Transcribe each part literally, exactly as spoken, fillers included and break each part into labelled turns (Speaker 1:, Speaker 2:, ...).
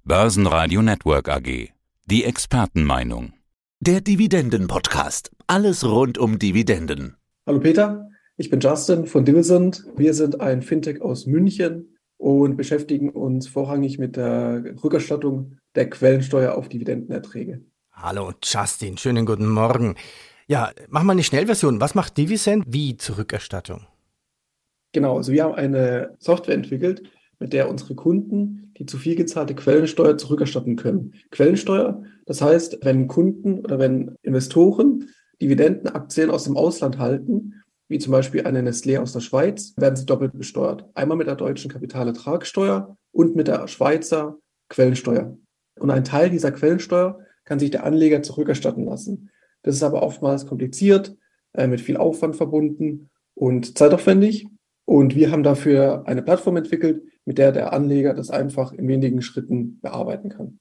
Speaker 1: Börsenradio Network A G. Die Expertenmeinung.
Speaker 2: Der Dividenden-Podcast. Alles rund um Dividenden.
Speaker 3: Hallo Peter, ich bin Justin von Divisend. Wir sind ein Fintech aus München und beschäftigen uns vorrangig mit der Rückerstattung der Quellensteuer auf Dividendenerträge.
Speaker 4: Hallo Justin, schönen guten Morgen. Ja, mach mal eine Schnellversion. Was macht Divisend wie zur Rückerstattung?
Speaker 3: Genau, also wir haben eine Software entwickelt, mit der unsere Kunden die zu viel gezahlte Quellensteuer zurückerstatten können. Quellensteuer, das heißt, wenn Kunden oder wenn Investoren Dividendenaktien aus dem Ausland halten, wie zum Beispiel eine Nestlé aus der Schweiz, werden sie doppelt besteuert. Einmal mit der deutschen Kapitalertragssteuer und mit der Schweizer Quellensteuer. Und ein Teil dieser Quellensteuer kann sich der Anleger zurückerstatten lassen. Das ist aber oftmals kompliziert, äh, mit viel Aufwand verbunden und zeitaufwendig. Und wir haben dafür eine Plattform entwickelt, mit der der Anleger das einfach in wenigen Schritten bearbeiten kann.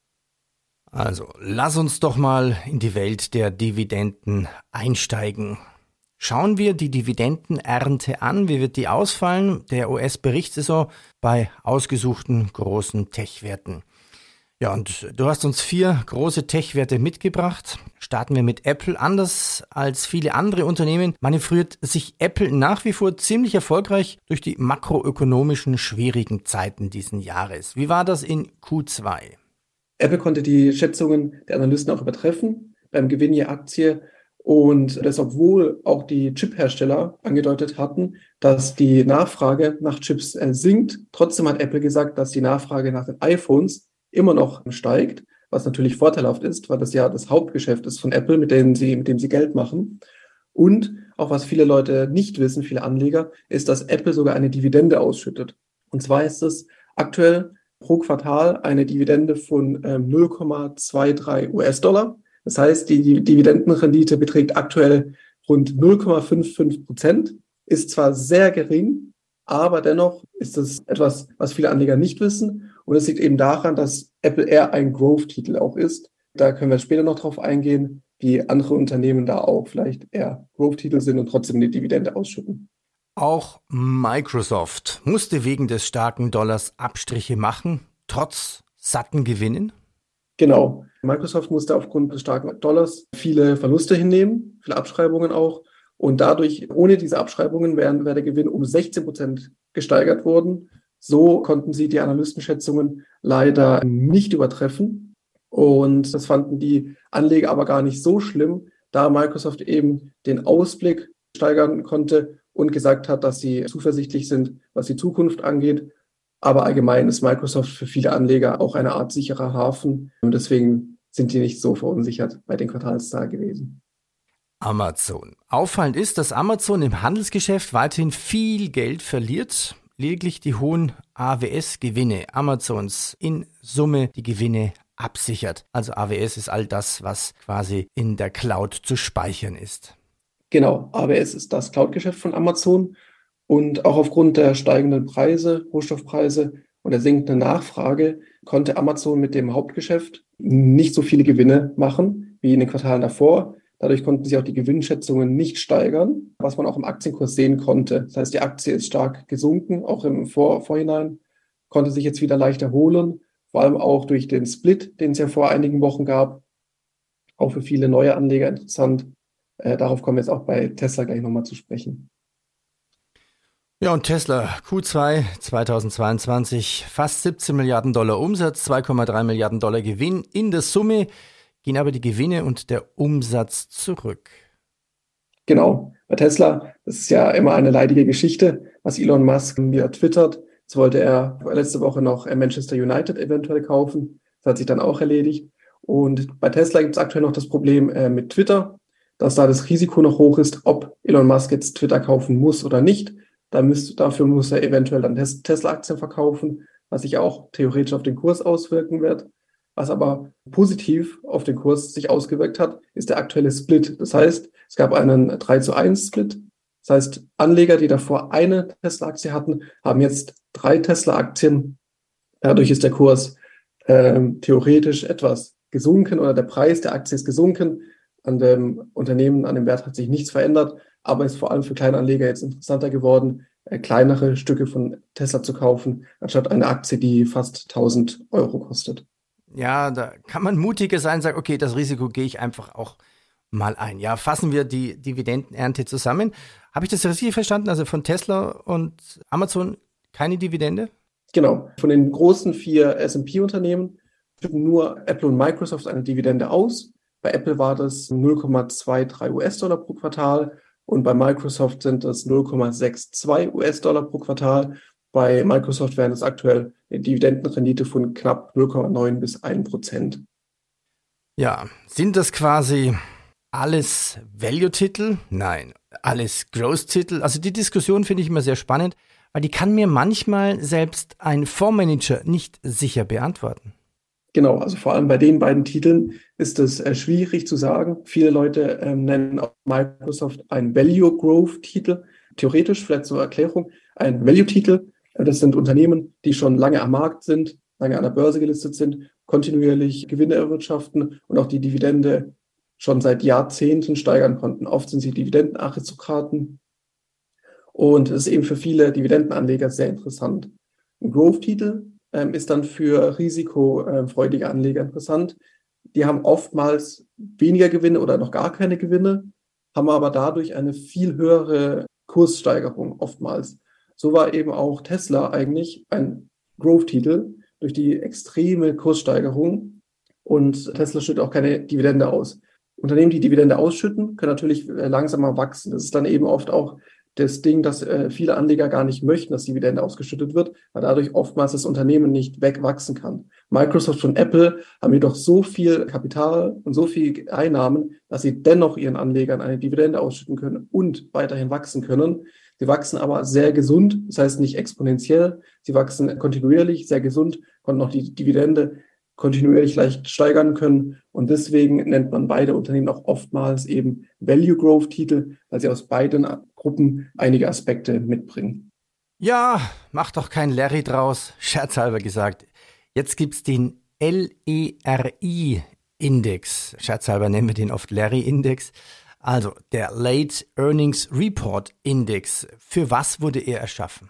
Speaker 4: Also, lass uns doch mal in die Welt der Dividenden einsteigen. Schauen wir die Dividendenernte an. Wie wird die ausfallen? Der U S-Berichtssaison bei ausgesuchten großen Tech-Werten. Ja, und du hast uns vier große Tech-Werte mitgebracht. Starten wir mit Apple. Anders als viele andere Unternehmen manövriert sich Apple nach wie vor ziemlich erfolgreich durch die makroökonomischen schwierigen Zeiten diesen Jahres. Wie war das in Q zwei?
Speaker 3: Apple konnte die Schätzungen der Analysten auch übertreffen beim Gewinn je Aktie. Und das, obwohl auch die Chip-Hersteller angedeutet hatten, dass die Nachfrage nach Chips äh, sinkt. Trotzdem hat Apple gesagt, dass die Nachfrage nach den iPhones immer noch steigt, was natürlich vorteilhaft ist, weil das ja das Hauptgeschäft ist von Apple, mit dem sie, mit dem sie Geld machen. Und auch was viele Leute nicht wissen, viele Anleger, ist, dass Apple sogar eine Dividende ausschüttet. Und zwar ist es aktuell pro Quartal eine Dividende von ähm, null Komma dreiundzwanzig US-Dollar. Das heißt, die, die Dividendenrendite beträgt aktuell rund null Komma fünfundfünfzig Prozent, ist zwar sehr gering, aber dennoch ist es etwas, was viele Anleger nicht wissen. Und es liegt eben daran, dass Apple eher ein Growth-Titel auch ist. Da können wir später noch drauf eingehen, wie andere Unternehmen da auch vielleicht eher Growth-Titel sind und trotzdem eine Dividende ausschütten.
Speaker 4: Auch Microsoft musste wegen des starken Dollars Abstriche machen, trotz satten Gewinnen.
Speaker 3: Genau. Microsoft musste aufgrund des starken Dollars viele Verluste hinnehmen, viele Abschreibungen auch. Und dadurch, ohne diese Abschreibungen, wäre wär der Gewinn um sechzehn Prozent gesteigert worden. So konnten sie die Analystenschätzungen leider nicht übertreffen. Und das fanden die Anleger aber gar nicht so schlimm, da Microsoft eben den Ausblick steigern konnte und gesagt hat, dass sie zuversichtlich sind, was die Zukunft angeht. Aber allgemein ist Microsoft für viele Anleger auch eine Art sicherer Hafen. Und deswegen sind die nicht so verunsichert bei den Quartalszahlen gewesen.
Speaker 4: Amazon. Auffallend ist, dass Amazon im Handelsgeschäft weiterhin viel Geld verliert. Lediglich die hohen A W S-Gewinne Amazons in Summe die Gewinne absichert. Also A W S ist all das, was quasi in der Cloud zu speichern ist.
Speaker 3: Genau, A W S ist das Cloud-Geschäft von Amazon. Und auch aufgrund der steigenden Preise, Rohstoffpreise und der sinkenden Nachfrage konnte Amazon mit dem Hauptgeschäft nicht so viele Gewinne machen wie in den Quartalen davor. Dadurch konnten sie auch die Gewinnschätzungen nicht steigern, was man auch im Aktienkurs sehen konnte. Das heißt, die Aktie ist stark gesunken, auch im Vor- Vorhinein, konnte sich jetzt wieder leicht erholen, vor allem auch durch den Split, den es ja vor einigen Wochen gab. Auch für viele neue Anleger interessant. Äh, darauf kommen wir jetzt auch bei Tesla gleich nochmal zu sprechen.
Speaker 4: Ja, und Tesla Q zwei zweitausendzweiundzwanzig, fast siebzehn Milliarden Dollar Umsatz, zwei Komma drei Milliarden Dollar Gewinn. In der Summe gehen aber die Gewinne und der Umsatz zurück.
Speaker 3: Genau, bei Tesla, das ist ja immer eine leidige Geschichte, was Elon Musk wieder twittert. Jetzt wollte er letzte Woche noch Manchester United eventuell kaufen. Das hat sich dann auch erledigt. Und bei Tesla gibt es aktuell noch das Problem äh, mit Twitter, dass da das Risiko noch hoch ist, ob Elon Musk jetzt Twitter kaufen muss oder nicht. Da müsst, dafür muss er eventuell dann Tesla-Aktien verkaufen, was sich auch theoretisch auf den Kurs auswirken wird. Was aber positiv auf den Kurs sich ausgewirkt hat, ist der aktuelle Split. Das heißt, es gab einen drei zu eins Split. Das heißt, Anleger, die davor eine Tesla-Aktie hatten, haben jetzt drei Tesla-Aktien. Dadurch ist der Kurs äh, theoretisch etwas gesunken oder der Preis der Aktie ist gesunken. An dem Unternehmen, an dem Wert hat sich nichts verändert, aber ist vor allem für kleine Anleger jetzt interessanter geworden, äh, kleinere Stücke von Tesla zu kaufen, anstatt eine Aktie, die fast tausend Euro kostet.
Speaker 4: ja, da kann man mutiger sein und sagen, okay, das Risiko gehe ich einfach auch mal ein. Ja, fassen wir die Dividendenernte zusammen. Habe ich das richtig verstanden? Also von Tesla und Amazon keine Dividende?
Speaker 3: Genau. Von den großen vier S und P-Unternehmen schütten nur Apple und Microsoft eine Dividende aus. Bei Apple war das null Komma zweiundzwanzig US-Dollar pro Quartal und bei Microsoft sind das null Komma zweiundsechzig US-Dollar pro Quartal. Bei Microsoft wären es aktuell eine Dividendenrendite von knapp null Komma neun bis ein Prozent.
Speaker 4: Ja, sind das quasi alles Value-Titel? Nein. Alles Growth-Titel? Also die Diskussion finde ich immer sehr spannend, weil die kann mir manchmal selbst ein Fondsmanager nicht sicher beantworten.
Speaker 3: Genau, also vor allem bei den beiden Titeln ist es äh, schwierig zu sagen. Viele Leute ähm, nennen auch Microsoft einen Value-Growth-Titel. Theoretisch, vielleicht zur Erklärung, ein Value-Titel, äh, das sind Unternehmen, die schon lange am Markt sind, lange an der Börse gelistet sind, kontinuierlich Gewinne erwirtschaften und auch die Dividende schon seit Jahrzehnten steigern konnten. Oft sind sie Dividendenaristokraten und es ist eben für viele Dividendenanleger sehr interessant. Ein Growth-Titel ähm, ist dann für risikofreudige Anleger interessant. Die haben oftmals weniger Gewinne oder noch gar keine Gewinne, haben aber dadurch eine viel höhere Kurssteigerung oftmals. So war eben auch Tesla eigentlich ein Growth-Titel durch die extreme Kurssteigerung und Tesla schüttet auch keine Dividende aus. Unternehmen, die Dividende ausschütten, können natürlich langsamer wachsen. Das ist dann eben oft auch das Ding, dass äh, viele Anleger gar nicht möchten, dass Dividende ausgeschüttet wird, weil dadurch oftmals das Unternehmen nicht wegwachsen kann. Microsoft und Apple haben jedoch so viel Kapital und so viel Einnahmen, dass sie dennoch ihren Anlegern eine Dividende ausschütten können und weiterhin wachsen können. Sie wachsen aber sehr gesund, das heißt nicht exponentiell. Sie wachsen kontinuierlich, sehr gesund, konnten auch die Dividende kontinuierlich leicht steigern können. Und deswegen nennt man beide Unternehmen auch oftmals eben Value Growth Titel, weil sie aus beiden Gruppen einige Aspekte mitbringen.
Speaker 4: Ja, mach doch kein Larry draus, scherzhalber gesagt. Jetzt gibt's den L E R I-Index. Scherzhalber nennen wir den oft Larry-Index. Also der Late Earnings Report Index. Für was wurde er erschaffen?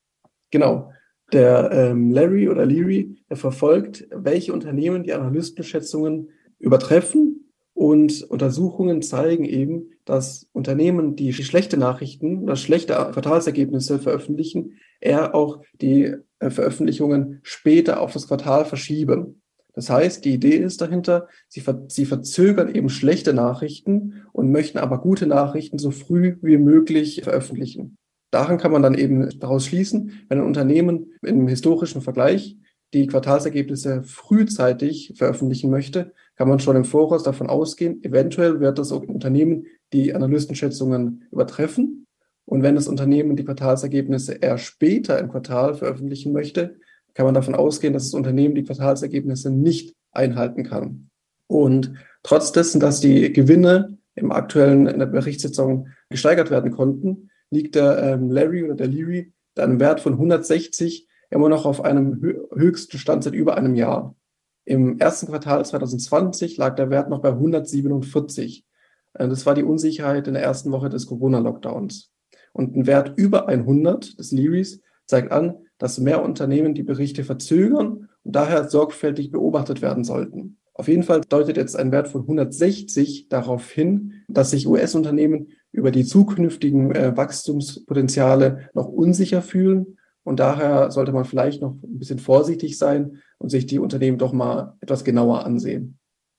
Speaker 3: Genau. Der ähm, Larry oder Leary, der verfolgt, welche Unternehmen die Analystenschätzungen übertreffen, und Untersuchungen zeigen eben, dass Unternehmen, die schlechte Nachrichten oder schlechte Quartalsergebnisse veröffentlichen, eher auch die äh, Veröffentlichungen später auf das Quartal verschieben. Das heißt, die Idee ist dahinter, sie, ver- sie verzögern eben schlechte Nachrichten und möchten aber gute Nachrichten so früh wie möglich veröffentlichen. Daran kann man dann eben daraus schließen, wenn ein Unternehmen im historischen Vergleich die Quartalsergebnisse frühzeitig veröffentlichen möchte, kann man schon im Voraus davon ausgehen, eventuell wird das Unternehmen die Analystenschätzungen übertreffen. Und wenn das Unternehmen die Quartalsergebnisse eher später im Quartal veröffentlichen möchte, kann man davon ausgehen, dass das Unternehmen die Quartalsergebnisse nicht einhalten kann. Und trotz dessen, dass die Gewinne im aktuellen in der Berichtssitzung gesteigert werden konnten, liegt der ähm, Larry oder der Leary mit einem Wert von hundertsechzig immer noch auf einem hö- höchsten Stand seit über einem Jahr. Im ersten Quartal zwanzig zwanzig lag der Wert noch bei hundertsiebenundvierzig. Äh, das war die Unsicherheit in der ersten Woche des Corona-Lockdowns. Und ein Wert über hundert des Learys zeigt an, dass mehr Unternehmen die Berichte verzögern und daher sorgfältig beobachtet werden sollten. Auf jeden Fall deutet jetzt ein Wert von hundertsechzig darauf hin, dass sich U S-Unternehmen über die zukünftigen äh, Wachstumspotenziale noch unsicher fühlen. Und daher sollte man vielleicht noch ein bisschen vorsichtig sein und sich die Unternehmen doch mal etwas genauer ansehen.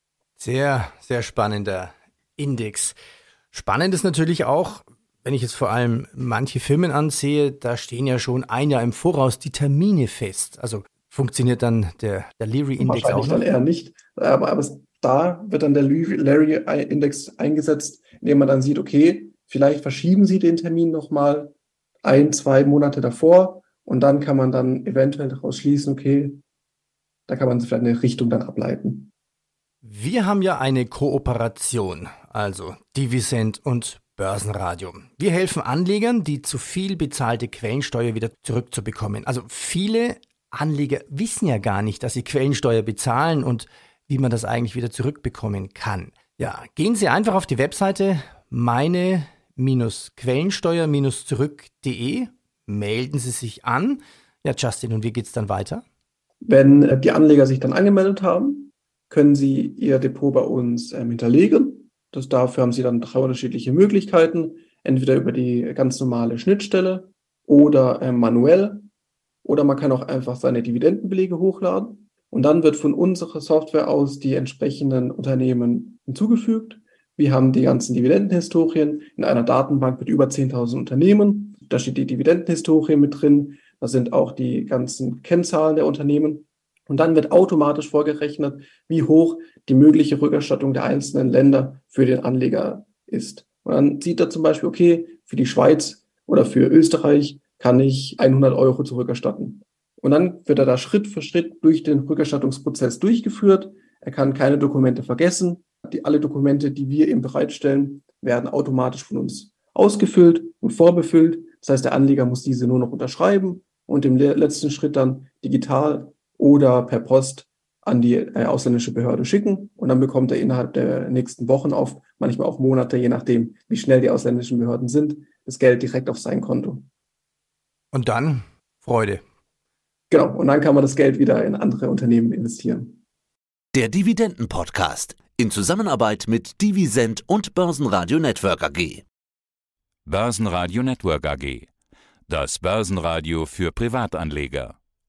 Speaker 4: Sehr, sehr spannender Index. Spannend ist natürlich auch, wenn ich jetzt vor allem manche Firmen ansehe, da stehen ja schon ein Jahr im Voraus die Termine fest. Also funktioniert dann der, der Leary-Index auch noch?
Speaker 3: Wahrscheinlich dann eher nicht. Aber, aber es, da wird dann der Larry-Index eingesetzt, indem man dann sieht, okay, vielleicht verschieben Sie den Termin nochmal ein, zwei Monate davor und dann kann man dann eventuell daraus schließen, okay, da kann man vielleicht eine Richtung dann ableiten.
Speaker 4: Wir haben ja eine Kooperation, also Divisend und Börsenradio. Wir helfen Anlegern, die zu viel bezahlte Quellensteuer wieder zurückzubekommen. Also viele Anleger wissen ja gar nicht, dass sie Quellensteuer bezahlen und wie man das eigentlich wieder zurückbekommen kann. Ja, gehen Sie einfach auf die Webseite meine-quellensteuer-zurück punkt de, melden Sie sich an. Ja, Justin, und wie geht's dann weiter?
Speaker 3: Wenn die Anleger sich dann angemeldet haben, können sie ihr Depot bei uns ähm, hinterlegen. Das, dafür haben sie dann drei unterschiedliche Möglichkeiten, entweder über die ganz normale Schnittstelle oder ähm, manuell, oder man kann auch einfach seine Dividendenbelege hochladen und dann wird von unserer Software aus die entsprechenden Unternehmen hinzugefügt. Wir haben die ganzen Dividendenhistorien in einer Datenbank mit über zehntausend Unternehmen. Da steht die Dividendenhistorie mit drin. Da sind auch die ganzen Kennzahlen der Unternehmen. Und dann wird automatisch vorgerechnet, wie hoch die mögliche Rückerstattung der einzelnen Länder für den Anleger ist. Und dann sieht er zum Beispiel, okay, für die Schweiz oder für Österreich kann ich hundert Euro zurückerstatten. Und dann wird er da Schritt für Schritt durch den Rückerstattungsprozess durchgeführt. Er kann keine Dokumente vergessen. Die, alle Dokumente, die wir ihm bereitstellen, werden automatisch von uns ausgefüllt und vorbefüllt. Das heißt, der Anleger muss diese nur noch unterschreiben und im letzten Schritt dann digital oder per Post an die äh, ausländische Behörde schicken. Und dann bekommt er innerhalb der nächsten Wochen, auf manchmal auch Monate, je nachdem, wie schnell die ausländischen Behörden sind, das Geld direkt auf sein Konto.
Speaker 4: Und dann Freude.
Speaker 3: Genau, und dann kann man das Geld wieder in andere Unternehmen investieren.
Speaker 2: Der Dividenden-Podcast in Zusammenarbeit mit Divisent und Börsenradio Network A G.
Speaker 1: Börsenradio Network A G. Das Börsenradio für Privatanleger.